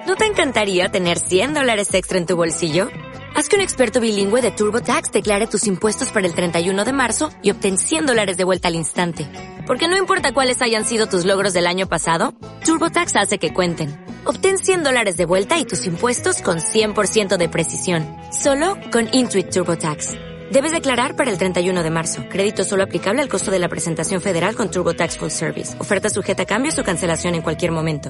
¿No te encantaría tener $100 extra en tu bolsillo? Haz que un experto bilingüe de TurboTax declare tus impuestos para el 31 de marzo y obtén $100 de vuelta al instante. Porque no importa cuáles hayan sido tus logros del año pasado, TurboTax hace que cuenten. Obtén $100 de vuelta y tus impuestos con 100% de precisión. Solo con Intuit TurboTax. Debes declarar para el 31 de marzo. Crédito solo aplicable al costo de la presentación federal con TurboTax Full Service. Oferta sujeta a cambios o cancelación en cualquier momento.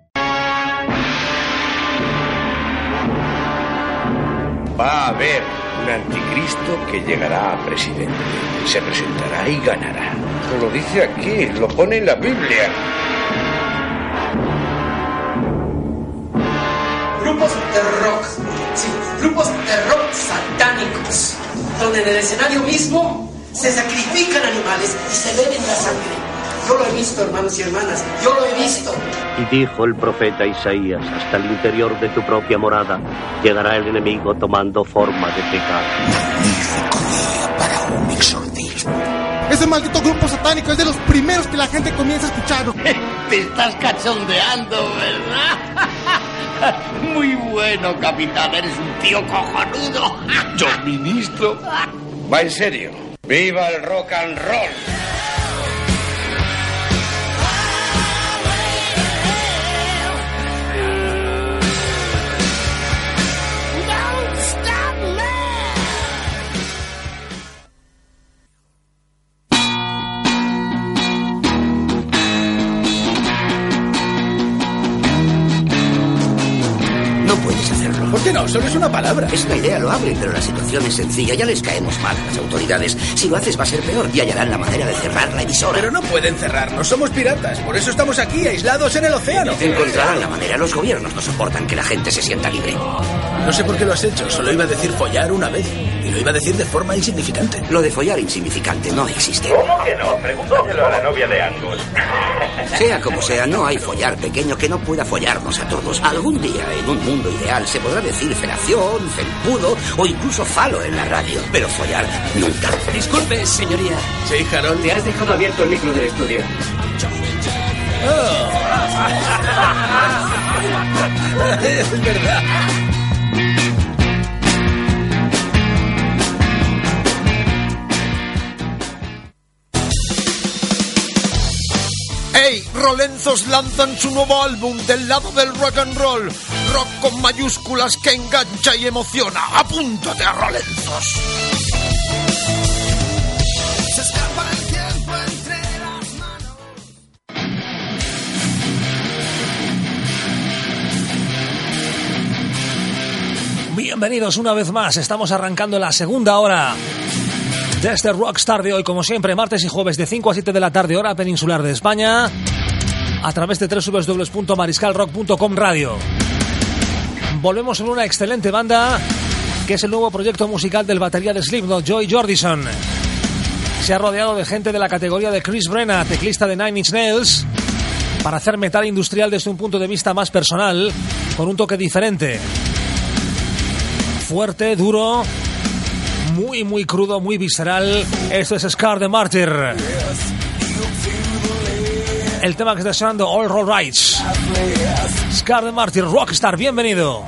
Va a haber un anticristo que llegará a presidente. Se presentará y ganará. Lo dice aquí, lo pone en la Biblia. Grupos de rock, sí, grupos de rock satánicos, donde en el escenario mismo se sacrifican animales y se beben la sangre. Yo lo he visto, hermanos y hermanas, yo lo he visto. Y dijo el profeta Isaías, hasta el interior de tu propia morada llegará el enemigo tomando forma de pecado. Magnífico día para un exorcismo. Ese maldito grupo satánico es de los primeros que la gente comienza a escuchar. Te estás cachondeando, ¿verdad? Muy bueno, capitán, eres un tío cojonudo. Yo ministro. Va en serio. ¡Viva el rock and roll! ¿Por qué no? Solo es una palabra. Es una idea loable, pero la situación es sencilla. Ya les caemos mal a las autoridades. Si lo haces va a ser peor y hallarán la manera de cerrar la emisora. Pero no pueden cerrarnos. Somos piratas. Por eso estamos aquí, aislados en el océano. Encontrarán la manera. Los gobiernos no soportan que la gente se sienta libre. No sé por qué lo has hecho. Solo iba a decir follar una vez. Y lo iba a decir de forma insignificante. Lo de follar insignificante no existe. ¿Cómo que no? Pregúntaselo a la novia de Angus. Sea como sea, no hay follar pequeño que no pueda follarnos a todos. Algún día, en un mundo ideal, se podrá decir felación, felpudo o incluso falo en la radio. Pero follar, nunca. Disculpe, señoría. Sí, Harold. Te has dejado abierto el micro del estudio. Oh. Es verdad. ¡Hey! Rolenzos lanzan su nuevo álbum del lado del rock and roll. Rock con mayúsculas que engancha y emociona. ¡Apúntate a Rolenzos! Se escapa el tiempo entre las manos. Bienvenidos una vez más. Estamos arrancando la segunda hora de este Rockstar de hoy, como siempre, martes y jueves de 5 a 7 de la tarde, hora peninsular de España, a través de www.mariscalrock.com radio. Volvemos con una excelente banda, que es el nuevo proyecto musical del batería de Slipknot, Joy Jordison. Se ha rodeado de gente de la categoría de Chris Brenna, teclista de Nine Inch Nails, para hacer metal industrial desde un punto de vista más personal, con un toque diferente. Fuerte, duro, muy crudo, muy visceral. Esto es Scar the Martyr. El tema que está sonando, All Roll Rights. Scar the Martyr, Rockstar, bienvenido.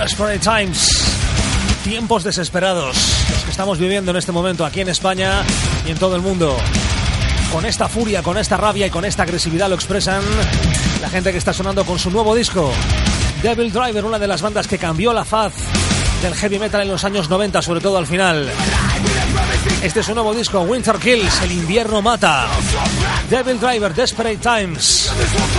Desperate Times. Tiempos desesperados, los que estamos viviendo en este momento aquí en España y en todo el mundo. Con esta furia, con esta rabia y con esta agresividad lo expresan la gente que está sonando con su nuevo disco. Devil Driver, una de las bandas que cambió la faz del heavy metal en los años 90, sobre todo al final. Este es su nuevo disco, Winter Kills, El invierno mata. Devil Driver, Desperate Times.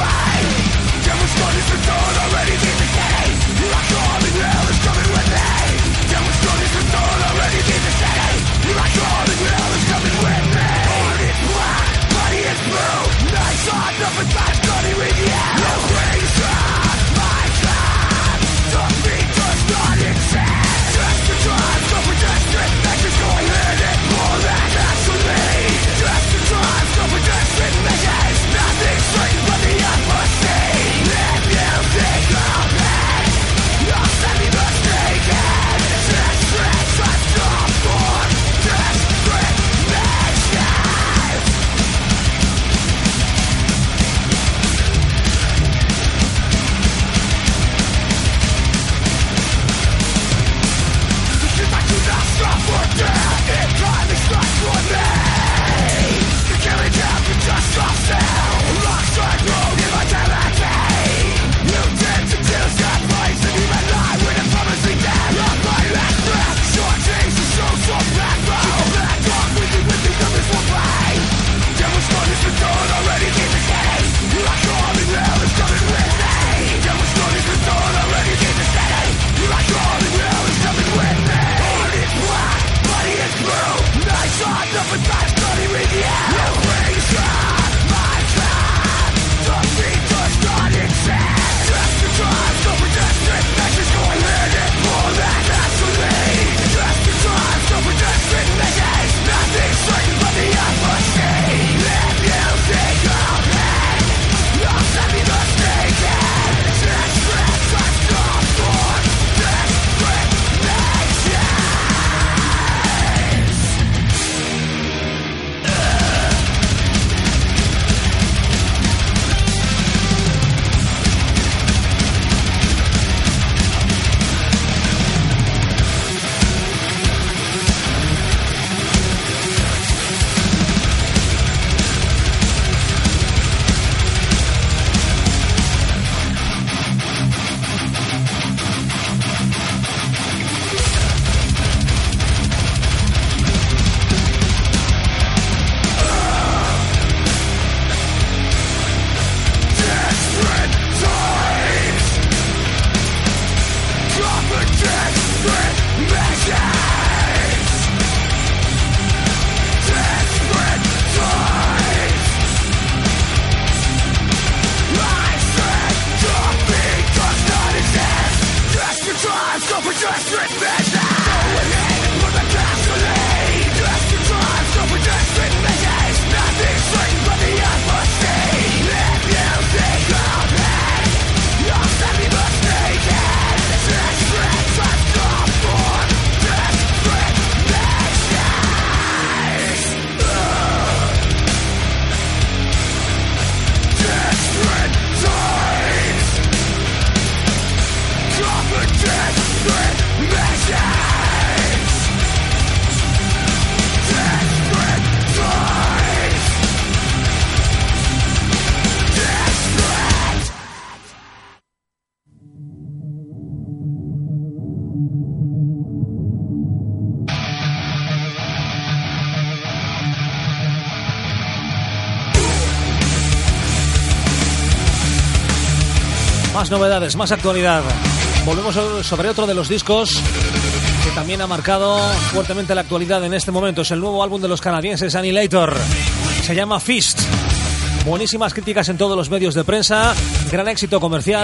Más novedades, más actualidad. Volvemos sobre otro de los discos que también ha marcado fuertemente la actualidad en este momento. Es el nuevo álbum de los canadienses Annihilator. Se llama Fist. Buenísimas críticas en todos los medios de prensa, gran éxito comercial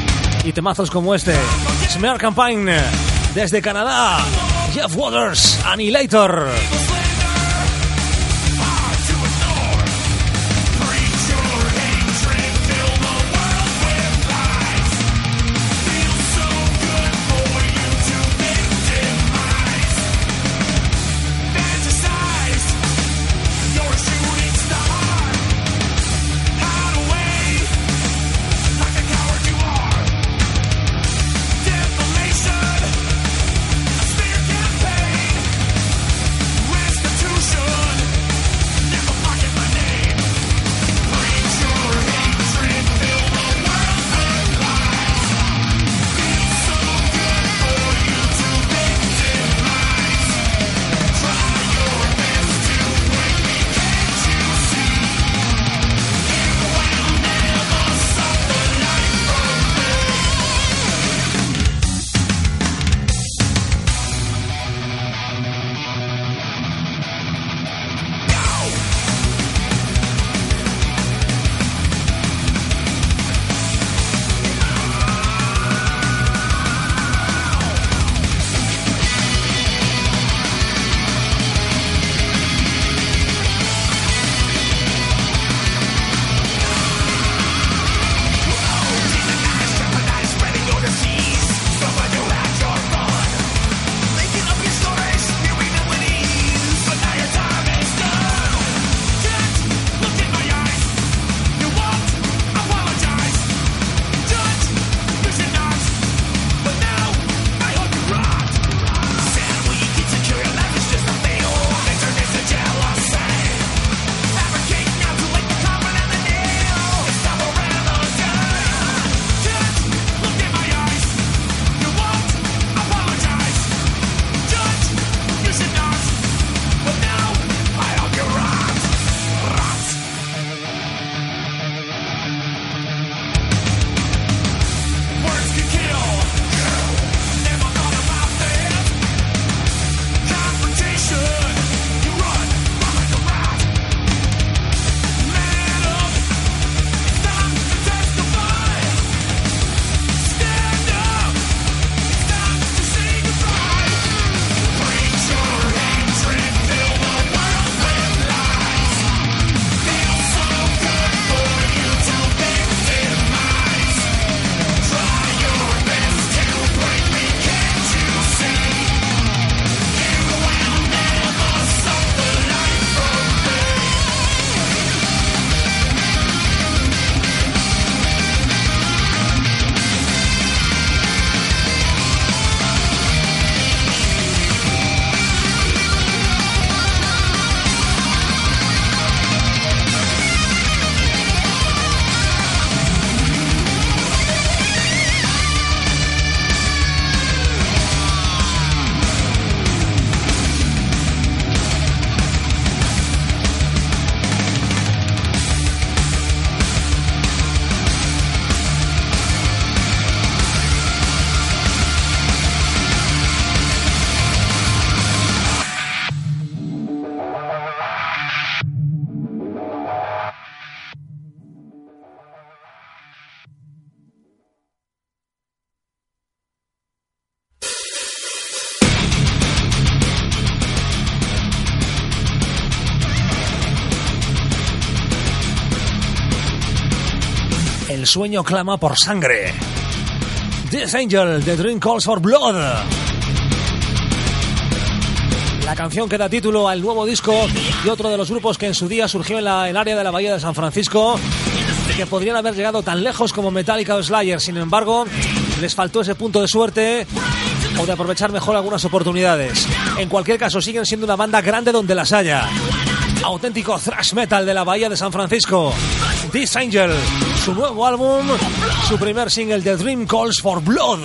y temazos como este. Smear Campaign desde Canadá. Jeff Waters, Annihilator. Defamation. El sueño clama por sangre. This Angel, The Dream Calls for Blood. La canción que da título al nuevo disco de otro de los grupos que en su día surgió en el área de la Bahía de San Francisco, y que podrían haber llegado tan lejos como Metallica o Slayer. Sin embargo, les faltó ese punto de suerte o de aprovechar mejor algunas oportunidades. En cualquier caso, siguen siendo una banda grande donde las haya. Auténtico thrash metal de la Bahía de San Francisco. This Angel, su nuevo álbum, su primer single, The Dream Calls for Blood.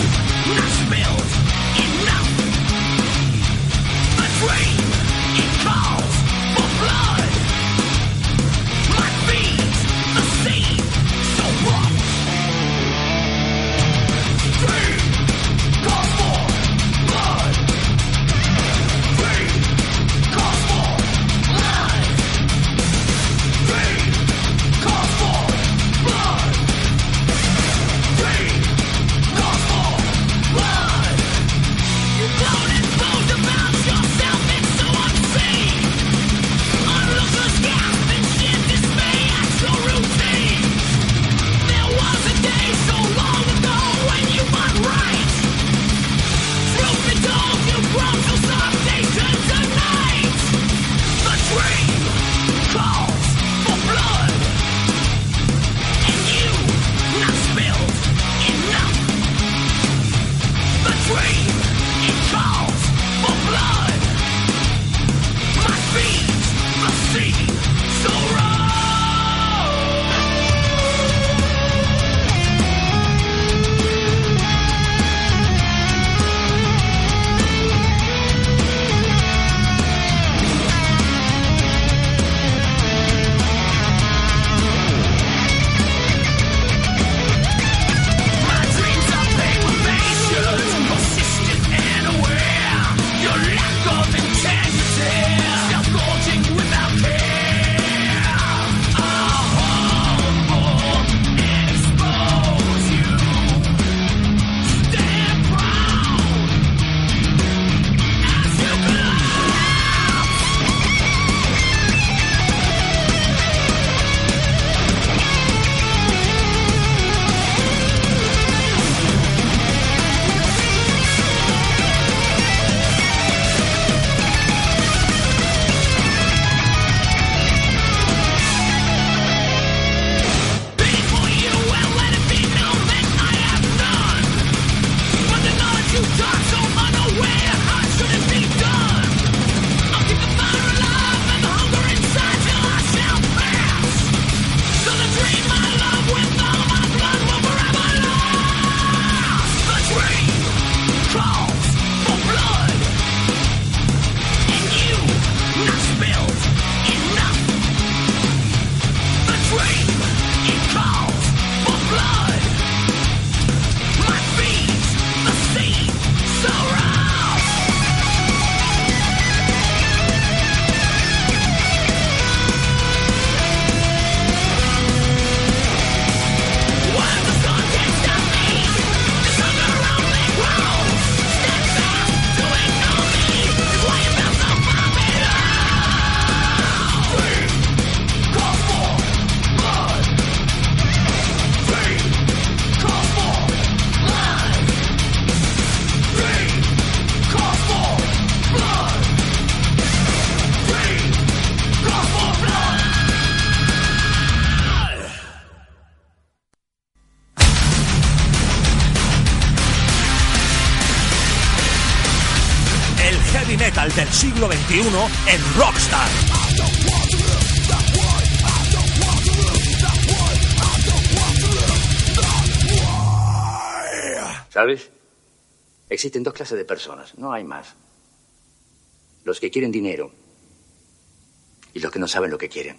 metal del siglo XXI en Rockstar. ¿Sabes? Existen dos clases de personas, no hay más. Los que quieren dinero y los que no saben lo que quieren.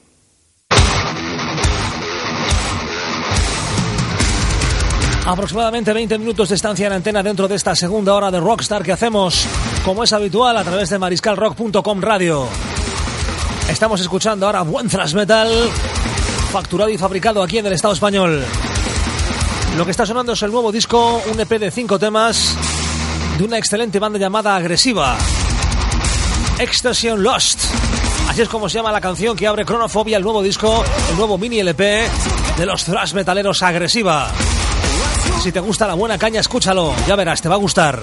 Aproximadamente 20 minutos de estancia en antena dentro de esta segunda hora de Rockstar que hacemos, como es habitual, a través de mariscalrock.com radio. Estamos escuchando ahora buen thrash metal, facturado y fabricado aquí en el Estado español. Lo que está sonando es el nuevo disco, un EP de 5 temas de una excelente banda llamada Agresiva, Extension Lost. Así es como se llama la canción que abre Chronophobia, el nuevo disco, el nuevo mini LP de los thrash metaleros Agresiva. Si te gusta la buena caña, escúchalo, ya verás, te va a gustar.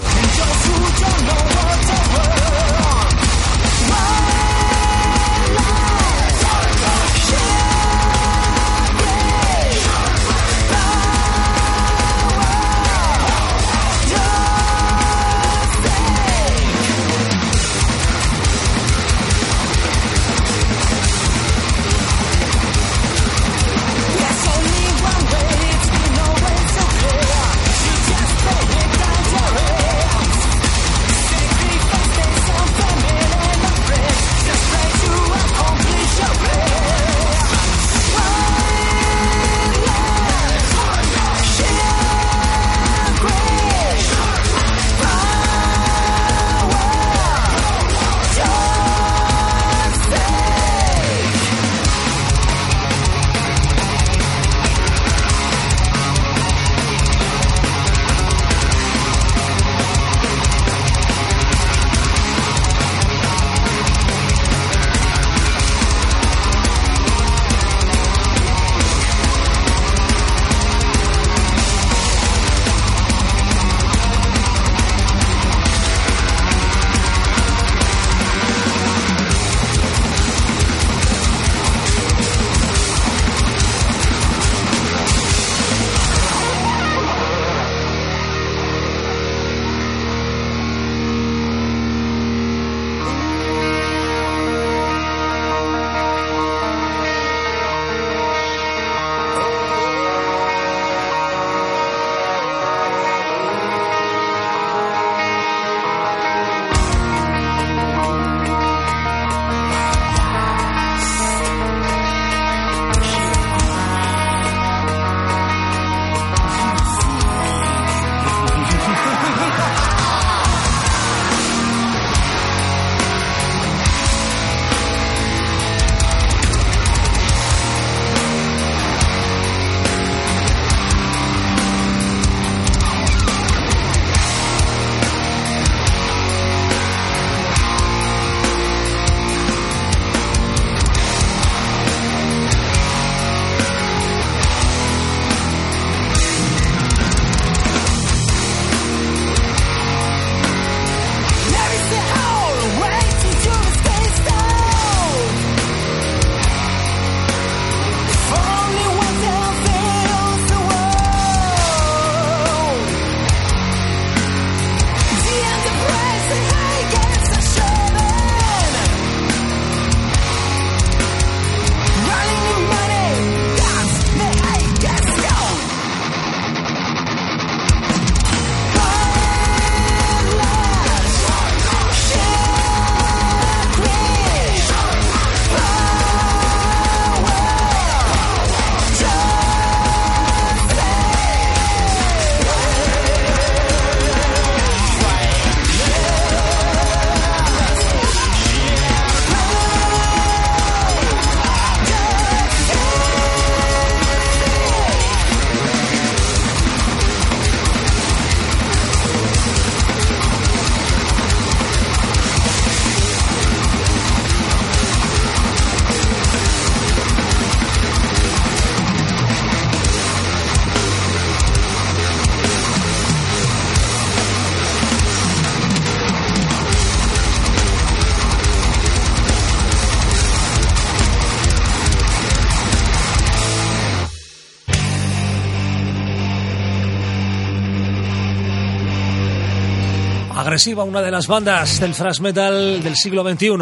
Agresiva, una de las bandas del thrash metal del siglo XXI.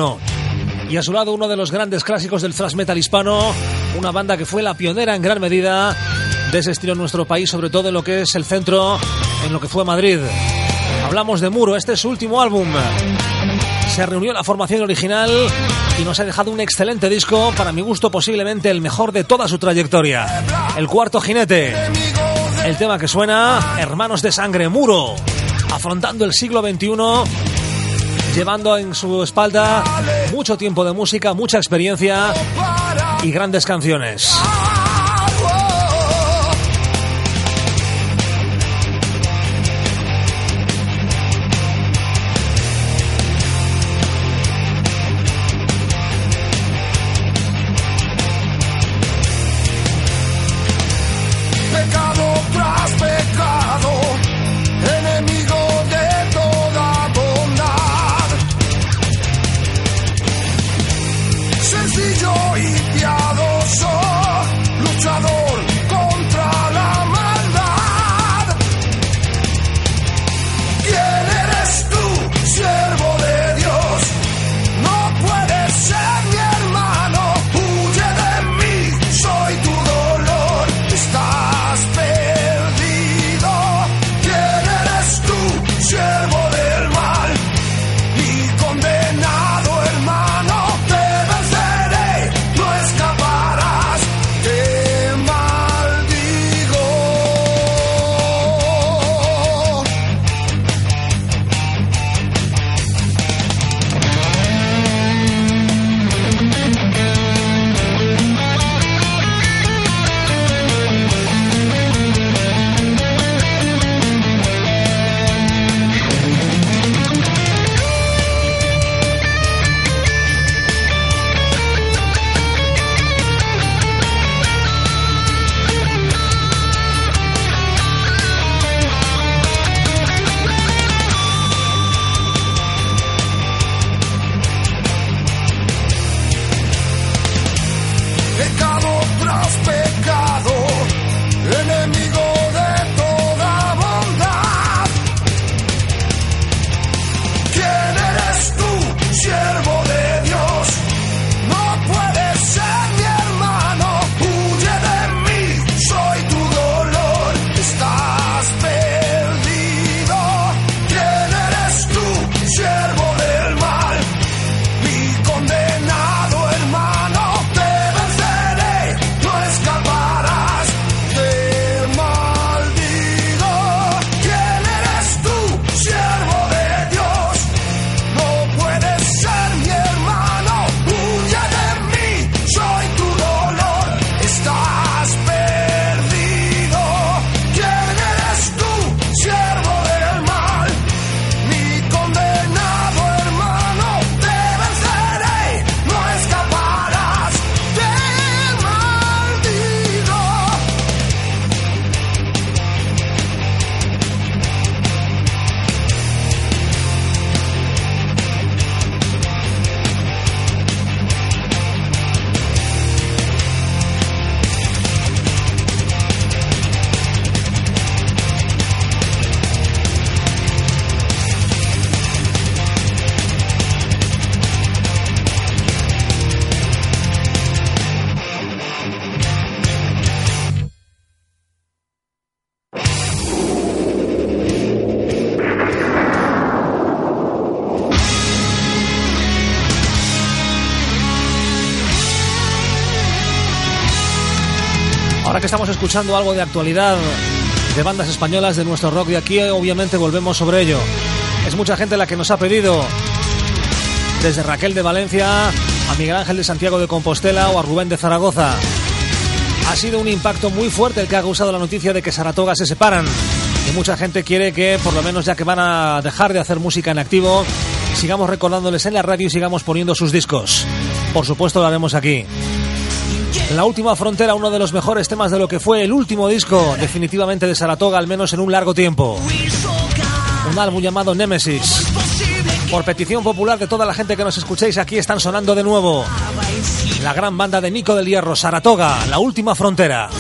Y a su lado uno de los grandes clásicos del thrash metal hispano, una banda que fue la pionera en gran medida de ese estilo en nuestro país, sobre todo en lo que es el centro, en lo que fue Madrid. Hablamos de Muro, este es su último álbum. Se reunió la formación original y nos ha dejado un excelente disco, para mi gusto posiblemente el mejor de toda su trayectoria. El Cuarto Jinete. El tema que suena, Hermanos de Sangre, Muro, afrontando el siglo XXI, llevando en su espalda mucho tiempo de música, mucha experiencia y grandes canciones. sencillo y piadoso, luchador contra la maldad. ¿Quién eres tú, siervo de Dios? No puedes ser mi hermano, huye de mí, soy tu dolor, estás perdido. ¿Quién eres tú, siervo del mal y condenado, hermano? Te venceré, no escaparás, te maldigo. Pecado tras pecado, enemigo de toda bondad. ¿Quién eres tú, siervo de Dios? No puedes ser mi hermano, huye de mí, soy tu dolor, estás perdido. ¿Quién eres tú, siervo del mal y condenado, hermano? Te venceré, no escaparás, te maldigo. ¿Quién eres tú, siervo de Dios? No puedes ser mi hermano, huye de mí, soy tu dolor, estás perdido. ¿Quién eres tú, siervo del mal, mi condenado hermano? Te venceré, no escaparás, te maldigo. Ahora que estamos escuchando algo de actualidad de bandas españolas de nuestro rock de aquí, obviamente volvemos sobre ello. Es mucha gente la que nos ha pedido, desde Raquel de Valencia a Miguel Ángel de Santiago de Compostela o a Rubén de Zaragoza. Ha sido un impacto muy fuerte el que ha causado la noticia de que Saratoga se separan. Y mucha gente quiere que, por lo menos ya que van a dejar de hacer música en activo, sigamos recordándoles en la radio y sigamos poniendo sus discos. Por supuesto lo haremos aquí. La última frontera, uno de los mejores temas de lo que fue el último disco definitivamente de Saratoga, al menos en un largo tiempo. Un álbum llamado Nemesis. Por petición popular de toda la gente que nos escuchéis, aquí están sonando de nuevo. La gran banda de Nico del Hierro, Saratoga, La Última Frontera.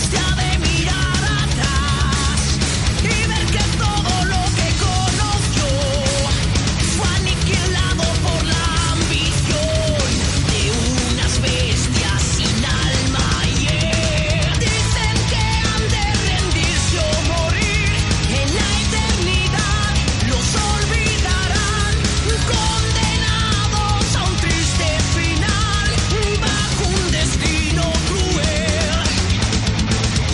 Final bajo un destino cruel.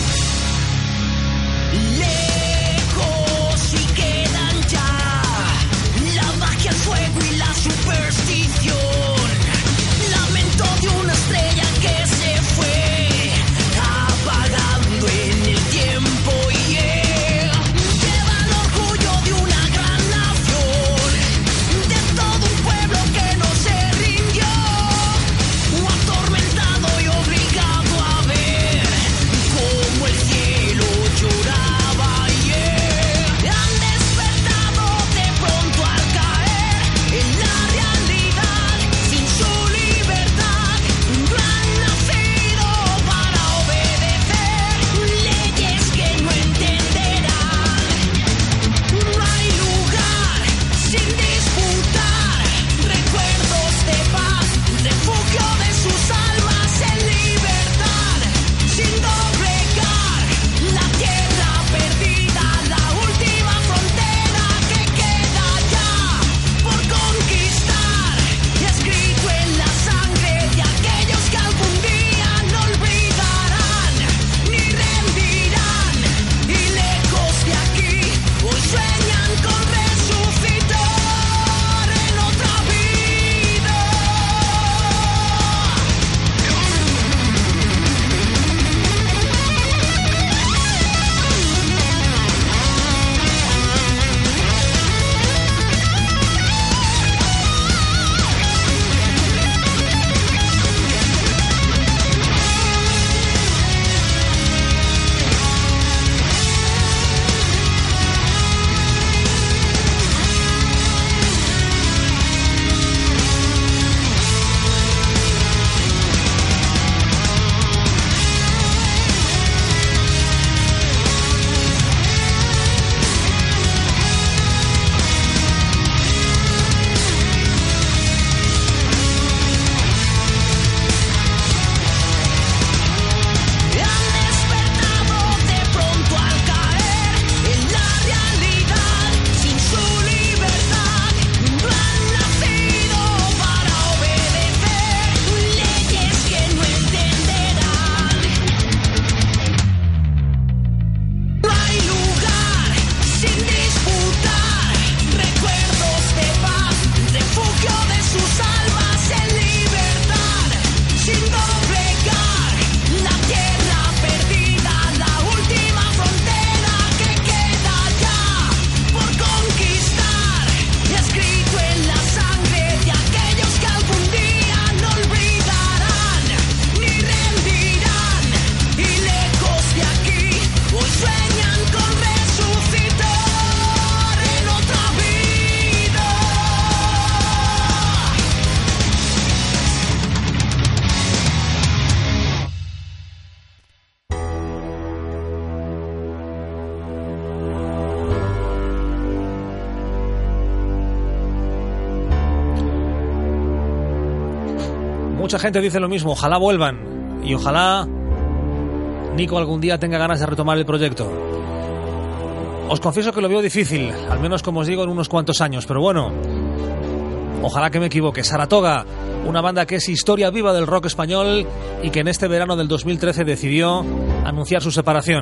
Mucha gente dice lo mismo, ojalá vuelvan y ojalá Nico algún día tenga ganas de retomar el proyecto. Os confieso que lo veo difícil, al menos como os digo en unos cuantos años, pero bueno, ojalá que me equivoque. Saratoga, una banda que es historia viva del rock español y que en este verano del 2013 decidió anunciar su separación.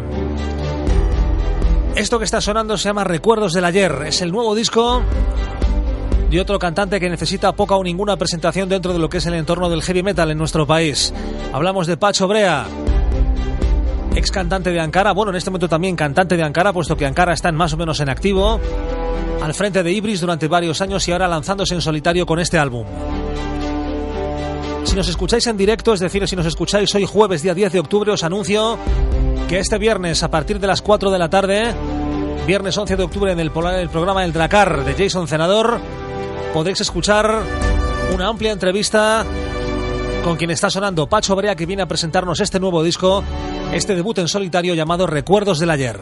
Esto que está sonando se llama Recuerdos del Ayer, es el nuevo disco de otro cantante que necesita poca o ninguna presentación dentro de lo que es el entorno del heavy metal en nuestro país. Hablamos de Pacho Brea, ex cantante de Ankara, bueno, en este momento también cantante de Ankara, puesto que Ankara está más o menos en activo, al frente de Ibris durante varios años y ahora lanzándose en solitario con este álbum. Si nos escucháis en directo, es decir, si nos escucháis hoy jueves día 10 de octubre, os anuncio que este viernes a partir de las 4 de la tarde, viernes 11 de octubre en el programa El Dracar de Jason Cenador, podréis escuchar una amplia entrevista con quien está sonando, Pacho Brea, que viene a presentarnos este nuevo disco, este debut en solitario llamado Recuerdos del Ayer.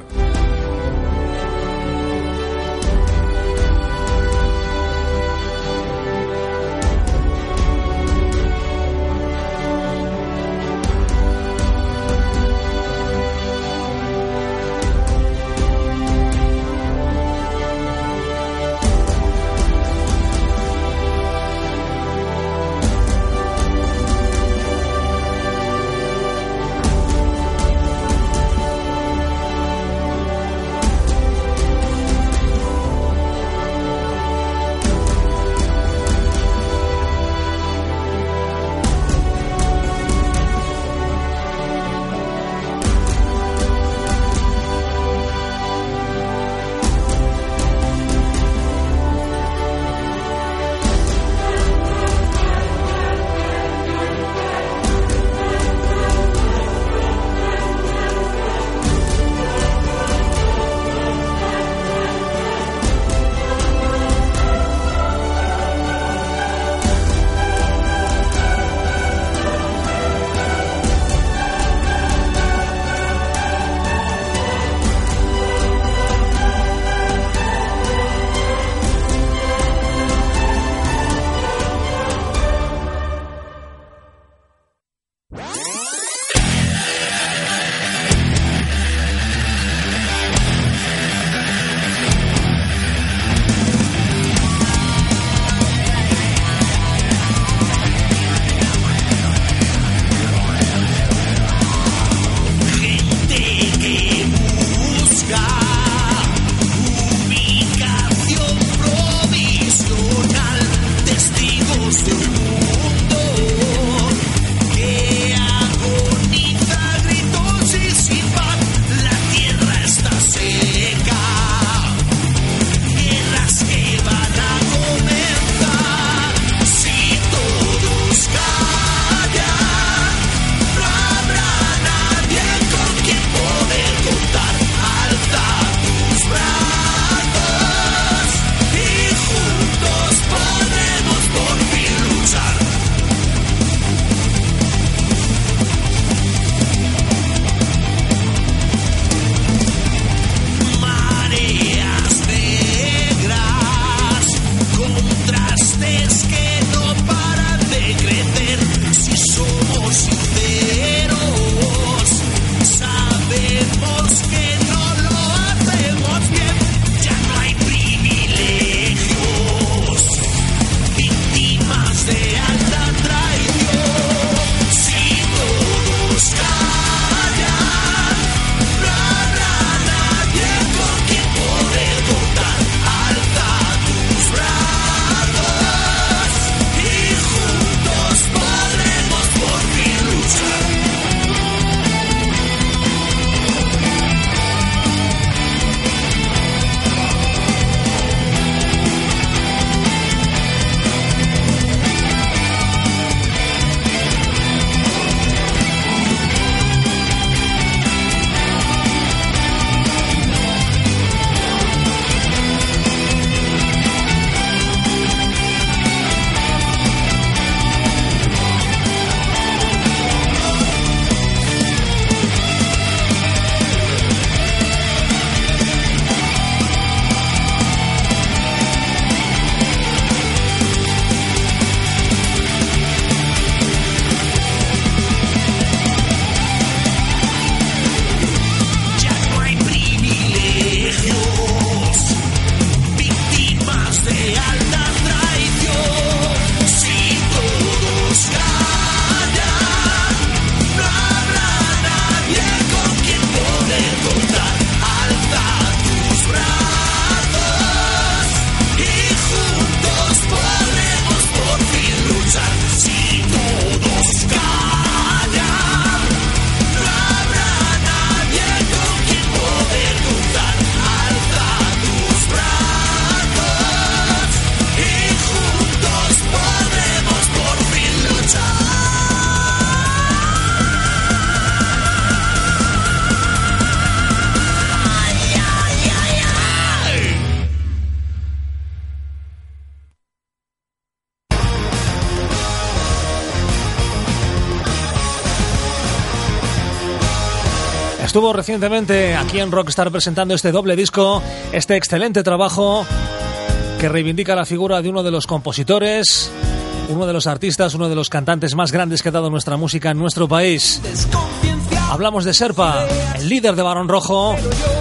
Estuvo recientemente aquí en Rockstar presentando este doble disco, este excelente trabajo que reivindica la figura de uno de los compositores, uno de los artistas, uno de los cantantes más grandes que ha dado nuestra música en nuestro país. Hablamos de Sherpa, el líder de Barón Rojo,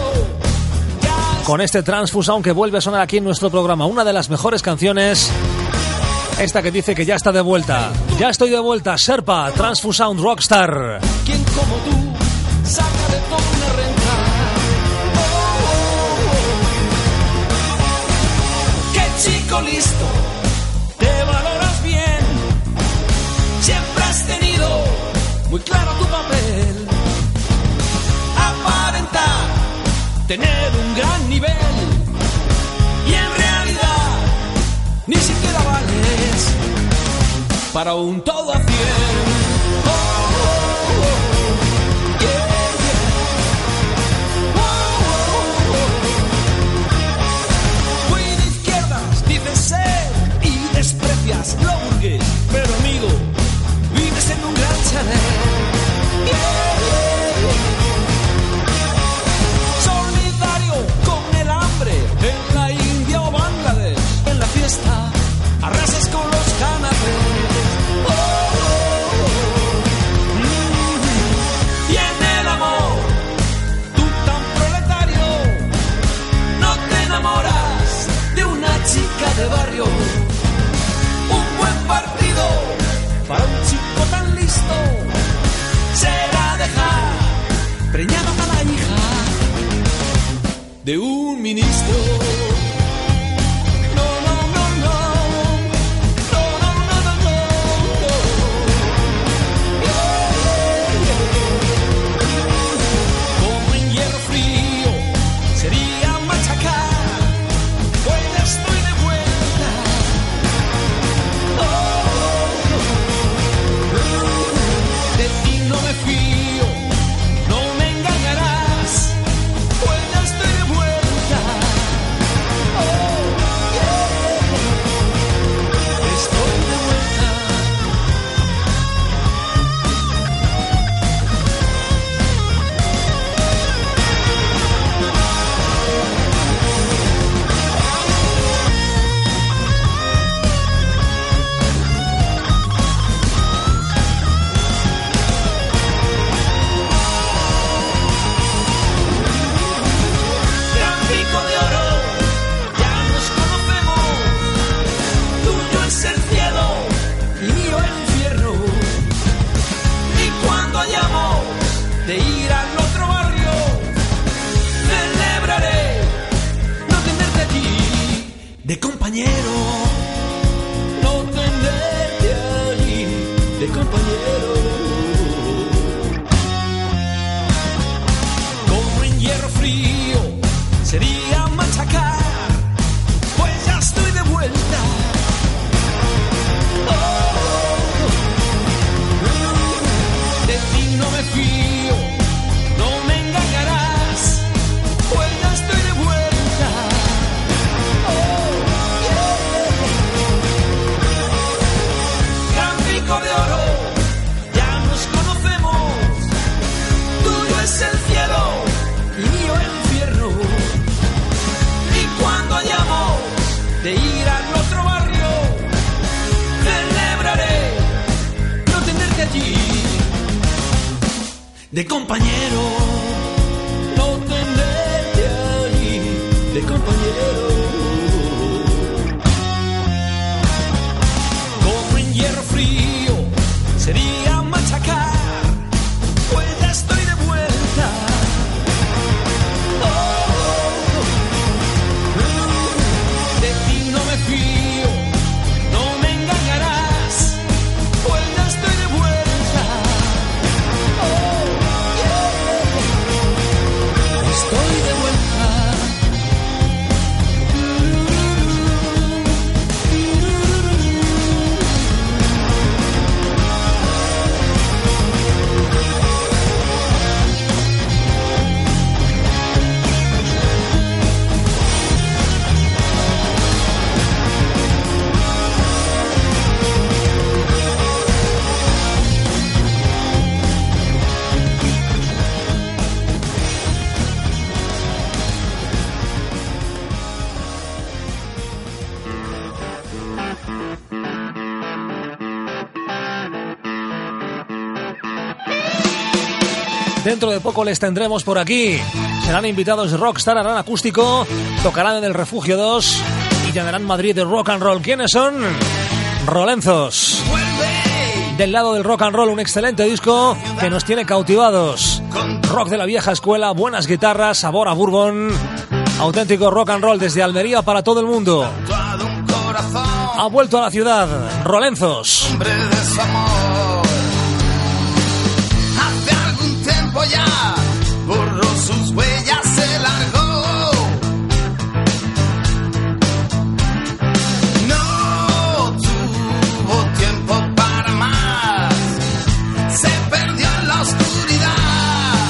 con este Transfusound que vuelve a sonar aquí en nuestro programa. Una de las mejores canciones, esta que dice que ya está de vuelta. Ya estoy de vuelta, Sherpa, Transfusound Rockstar. ¿Quién como tú saca de todo una renta? ¡Qué chico listo! Te valoras bien. Siempre has tenido muy claro tu papel. Aparentar tener un gran nivel y en realidad ni siquiera vales para un todo a 100. Muy de izquierdas dices ser y desprecias lo burgués, pero amigo, vives en un gran chalet. En la India o Bangladesh, en la fiesta, arrasas con los canapés. Y en el amor, tú tan proletario, no te enamoras de una chica de barrio. Un buen partido para un chico tan listo será dejar preñada a la hija de un ministro. No, no, no, no. No, no, no, no, no. Como en hierro frío sería machacar, pues ya estoy de vuelta. De ti no me fío, no me engañarás, pues ya estoy de vuelta. Estoy de vuelta. Tráfico de oro, ya nos conocemos. Tuyo es el cielo y mío el infierno. Y cuando hayamos de ir al otro barrio, celebraré no tenerte allí de compañero. No tenerte allí de compañero. Como en hierro frío sería machacar, pues ya estoy de vuelta. De ti no me fío, no me engañarás, pues ya estoy de vuelta. Gran pico de oro, ya nos conocemos. Tuyo es el cielo y mío el infierno. Y cuando hayamos de ir al otro barrio, celebraré no tenerte allí de compañero. No tenerte allí de compañero. Como en hierro frío sería machacar, pues ya estoy de vuelta. De ti no me fío, no me engañarás, pues ya estoy de vuelta. Estoy de vuelta. Dentro de poco les tendremos por aquí. Serán invitados de Rockstar, harán acústico, tocarán en el Refugio 2 y llenarán Madrid de rock and roll. ¿Quiénes son? Rolenzos. Del lado del rock and roll, un excelente disco que nos tiene cautivados. Rock de la vieja escuela, buenas guitarras, sabor a bourbon, auténtico rock and roll desde Almería para todo el mundo. Ha vuelto a la ciudad, Rolenzos. Hace algún tiempo ya borró sus huellas, se largó. No tuvo tiempo para más, se perdió en la oscuridad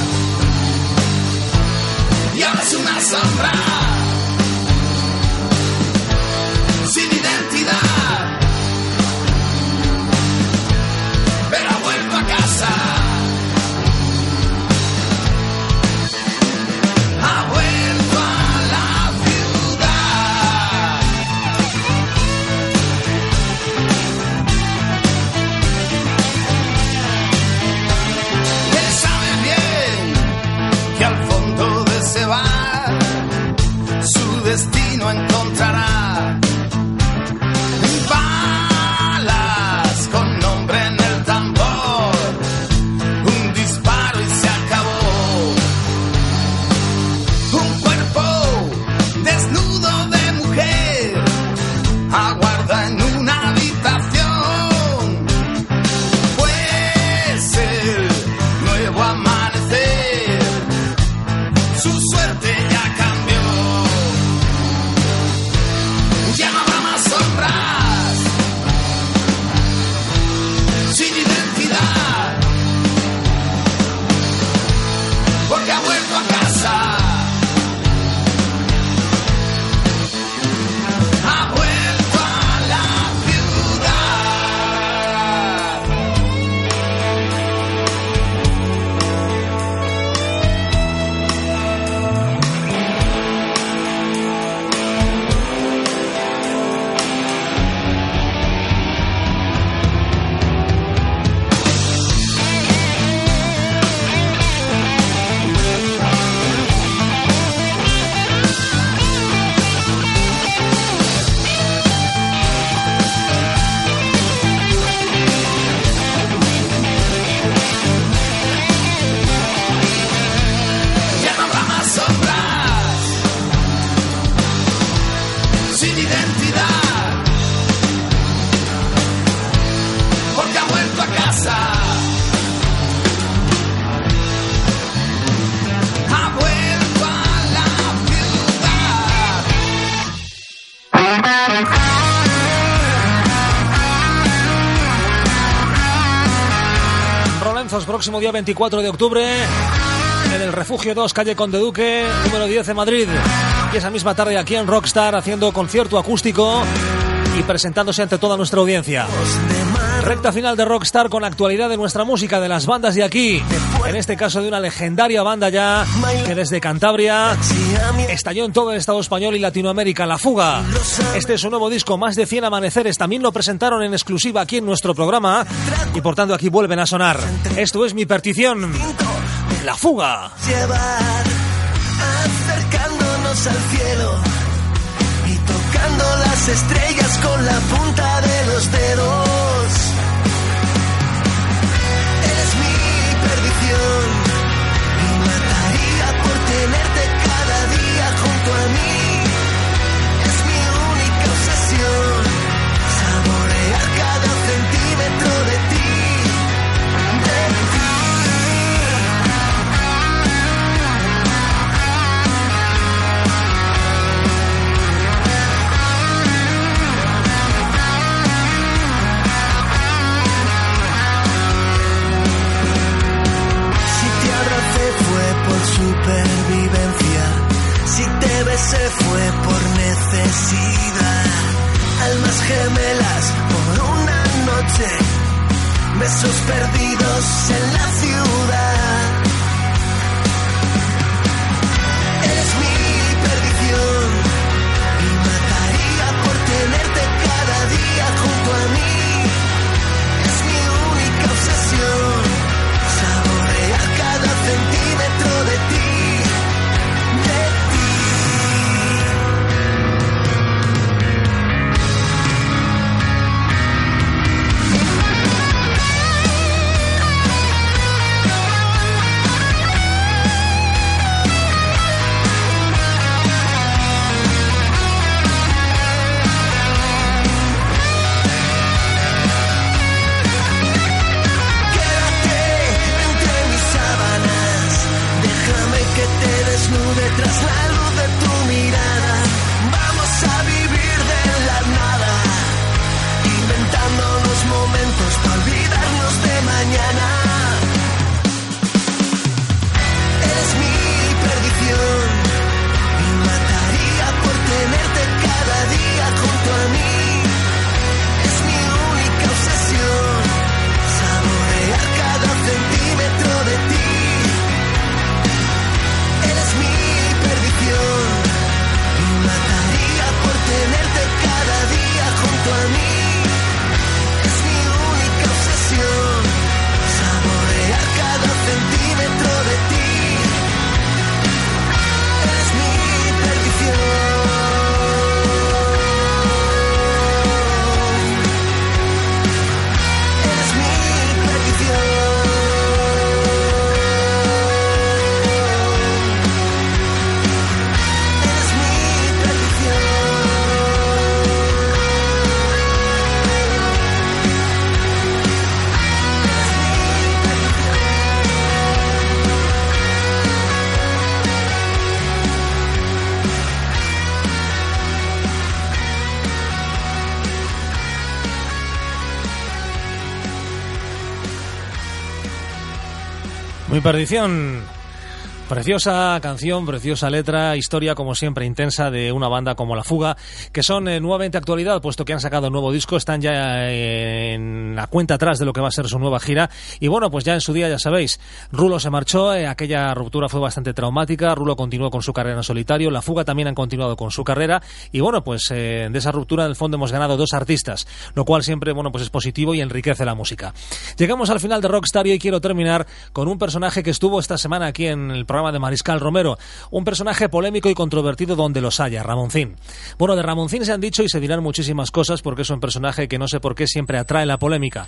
y ahora es una sombra sin identidad, pero ha vuelto a casa. Ha vuelto a la ciudad. Él sabe bien que al fondo de ese bar su destino encontrará. Balas con nombre en el tambor, un disparo y se acabó. Un cuerpo desnudo de mujer aguarda en una habitación, pues el nuevo amanecer su suerte ya cambió. Ya no habrá más sombras sin identidad, porque ha vuelto a casa. Ha vuelto a la ya no habrá más sombras sin identidad, porque ha vuelto a casa. Ha vuelto a la ciudad. Rolenzos, próximo día 24 de octubre en el Refugio 2, calle Conde Duque, número 10 en Madrid. Y esa misma tarde aquí en Rockstar haciendo concierto acústico y presentándose ante toda nuestra audiencia. Recta final de Rockstar con actualidad de nuestra música, de las bandas de aquí. En este caso de una legendaria banda ya que desde Cantabria estalló en todo el Estado español y Latinoamérica, La Fuga. Este es su nuevo disco, Más de 100 amaneceres. También lo presentaron en exclusiva aquí en nuestro programa y por tanto aquí vuelven a sonar. Esto es Mi Perdición, La Fuga. Llevar, acercándonos al cielo y tocando las estrellas con la punta de los dedos. Eres mi perdición y mataría por tenerte cada día junto a mí. Es mi única obsesión, saborear cada centímetro de ti, de ti. Supervivencia, si te besé fue por necesidad. Almas gemelas por una noche, besos perdidos en la ciudad. Eres mi perdición y mataría por tenerte cada día junto a mí. Es mi única obsesión, saborear cada centímetro Muy Perdición. Preciosa canción, preciosa letra, historia como siempre intensa de una banda como La Fuga, que son nuevamente actualidad, puesto que han sacado un nuevo disco, están ya en la cuenta atrás de lo que va a ser su nueva gira, y bueno, pues ya en su día, ya sabéis, Rulo se marchó, aquella ruptura fue bastante traumática, Rulo continuó con su carrera en solitario, La Fuga también han continuado con su carrera, y bueno, pues de esa ruptura en el fondo hemos ganado 2 artistas, lo cual siempre, bueno, pues es positivo y enriquece la música. Llegamos al final de Rockstar y hoy quiero terminar con un personaje que estuvo esta semana aquí en el programa de Mariscal Romero, un personaje polémico y controvertido donde los haya, Ramoncín. Bueno, de Ramoncín se han dicho y se dirán muchísimas cosas porque es un personaje que no sé por qué siempre atrae la polémica.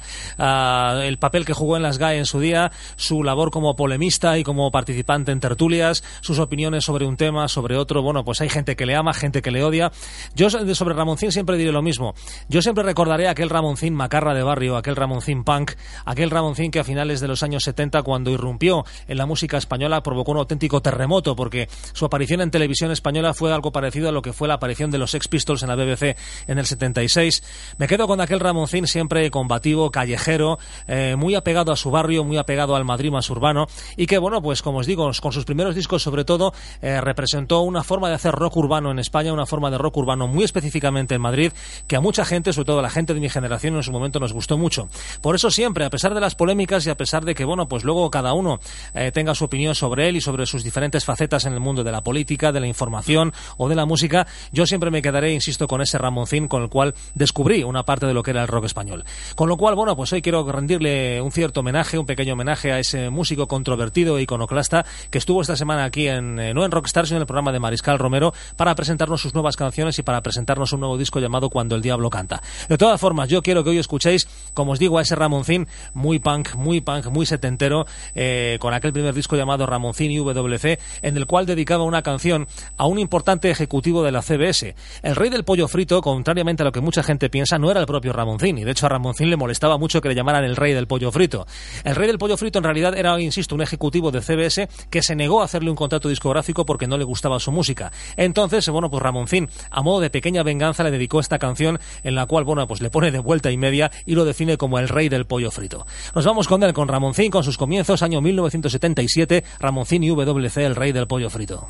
El papel que jugó en las GAE en su día, su labor como polemista y como participante en tertulias, sus opiniones sobre un tema, sobre otro, bueno, pues hay gente que le ama, gente que le odia. Yo sobre Ramoncín siempre diré lo mismo. Yo siempre recordaré aquel Ramoncín macarra de barrio, aquel Ramoncín punk, aquel Ramoncín que a finales de los años 70, cuando irrumpió en la música española, provocó un auténtico terremoto, porque su aparición en televisión española fue algo parecido a lo que fue la aparición de los Sex Pistols en la BBC en el 76. Me quedo con aquel Ramoncín siempre combativo, callejero, muy apegado a su barrio, muy apegado al Madrid más urbano, y que, bueno, pues como os digo, con sus primeros discos sobre todo, representó una forma de hacer rock urbano en España, una forma de rock urbano muy específicamente en Madrid, que a mucha gente, sobre todo a la gente de mi generación, en su momento nos gustó mucho. Por eso siempre, a pesar de las polémicas y a pesar de que, bueno, pues luego cada uno tenga su opinión sobre él y sobre sus diferentes facetas en el mundo de la política, de la información o de la música, yo siempre me quedaré, insisto, con ese Ramoncín con el cual descubrí una parte de lo que era el rock español. Con lo cual, bueno, pues hoy quiero rendirle un cierto homenaje, un pequeño homenaje a ese músico controvertido e iconoclasta que estuvo esta semana aquí no en Rockstar, sino en el programa de Mariscal Romero, para presentarnos sus nuevas canciones y para presentarnos un nuevo disco llamado Cuando el Diablo Canta. De todas formas, yo quiero que hoy escuchéis, como os digo, a ese Ramoncín muy punk, muy setentero, con aquel primer disco llamado Ramoncín IWC, en el cual dedicaba una canción a un importante ejecutivo de la CBS. El rey del pollo frito, contrariamente a lo que mucha gente piensa, no era el propio Ramoncín, y de hecho a Ramoncín le molestaba mucho que le llamaran el rey del pollo frito. El rey del pollo frito en realidad era, insisto, un ejecutivo de CBS que se negó a hacerle un contrato discográfico porque no le gustaba su música. Entonces, bueno, pues Ramoncín, a modo de pequeña venganza, le dedicó esta canción en la cual, bueno, pues le pone de vuelta y media y lo define como el rey del pollo frito. Nos vamos con él, con Ramoncín, con sus comienzos, año 1977, Ramoncín IWC, el rey del pollo frito.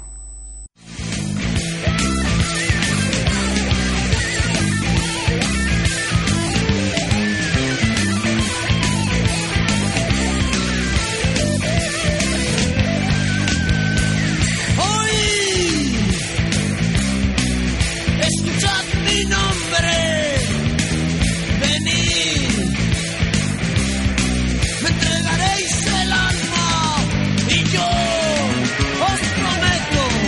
Me entregaréis el alma y yo os prometo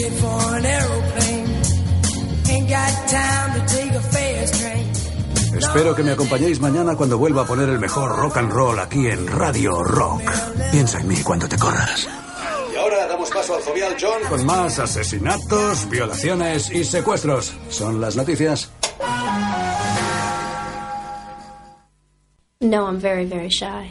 ticket for an aeroplane. Ain't got time to take a fast train. Espero que me acompañéis mañana cuando vuelva a poner el mejor rock and roll aquí en Radio Rock. Piensa en mí cuando te corras. Y ahora damos paso al jovial John con más asesinatos, violaciones y secuestros. Son las noticias. No, I'm very, very shy.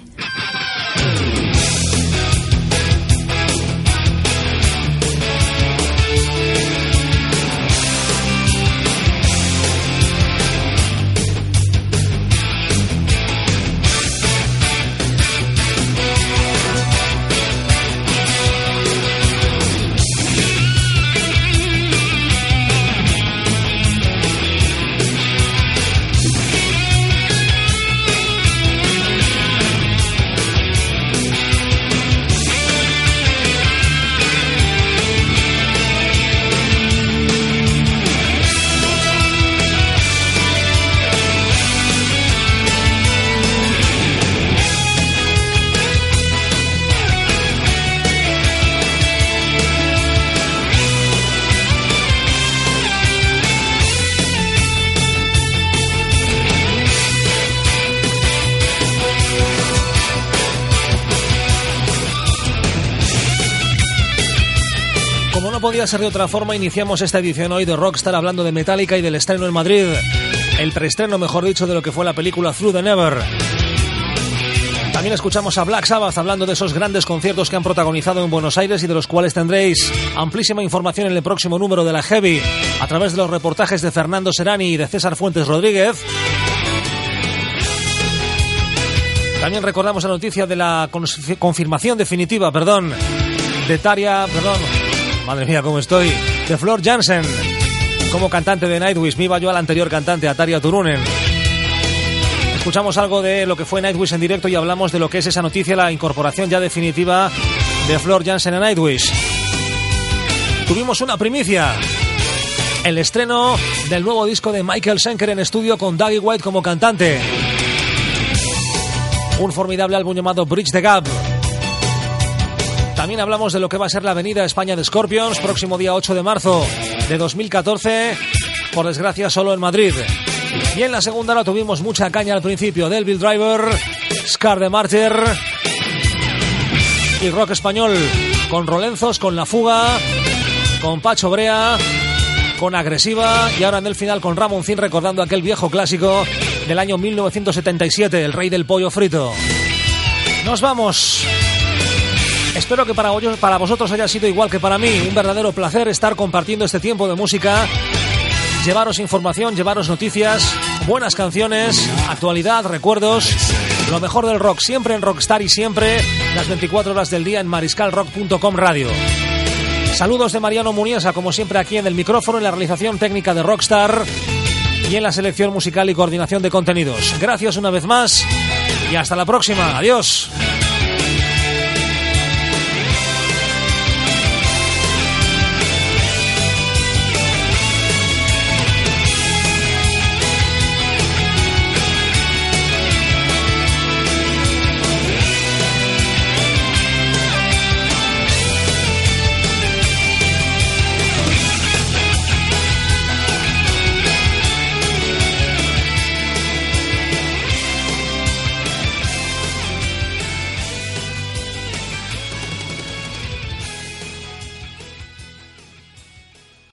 Podía ser de otra forma, iniciamos esta edición hoy de Rockstar hablando de Metallica y del estreno en Madrid, el preestreno, mejor dicho, de lo que fue la película Through the Never. También escuchamos a Black Sabbath hablando de esos grandes conciertos que han protagonizado en Buenos Aires y de los cuales tendréis amplísima información en el próximo número de la Heavy a través de los reportajes de Fernando Serani y de César Fuentes Rodríguez. También recordamos la noticia de la confirmación definitiva, de Tarja, madre mía, cómo estoy, de Floor Jansen como cantante de Nightwish. Me iba yo al anterior cantante, a Tarja Turunen. Escuchamos algo de lo que fue Nightwish en directo y hablamos de lo que es esa noticia, la incorporación ya definitiva de Floor Jansen a Nightwish. Tuvimos una primicia, el estreno del nuevo disco de Michael Schenker en estudio con Dougie White como cantante. Un formidable álbum llamado Bridge the Gap. También hablamos de lo que va a ser la Avenida España de Scorpions, próximo día 8 de marzo de 2014, por desgracia solo en Madrid. Y en la segunda hora tuvimos mucha caña al principio, Devil Driver, Scar de Martyr y rock español, con Rolenzos, con La Fuga, con Pacho Brea, con Agresiva y ahora en el final con Ramoncín recordando aquel viejo clásico del año 1977, El Rey del Pollo Frito. Nos vamos. Espero que para vosotros haya sido igual que para mí. Un verdadero placer estar compartiendo este tiempo de música. Llevaros información, llevaros noticias, buenas canciones, actualidad, recuerdos. Lo mejor del rock, siempre en Rockstar y siempre las 24 horas del día en mariscalrock.com radio. Saludos de Mariano Muniesa, como siempre aquí en el micrófono, en la realización técnica de Rockstar y en la selección musical y coordinación de contenidos. Gracias una vez más y hasta la próxima. Adiós.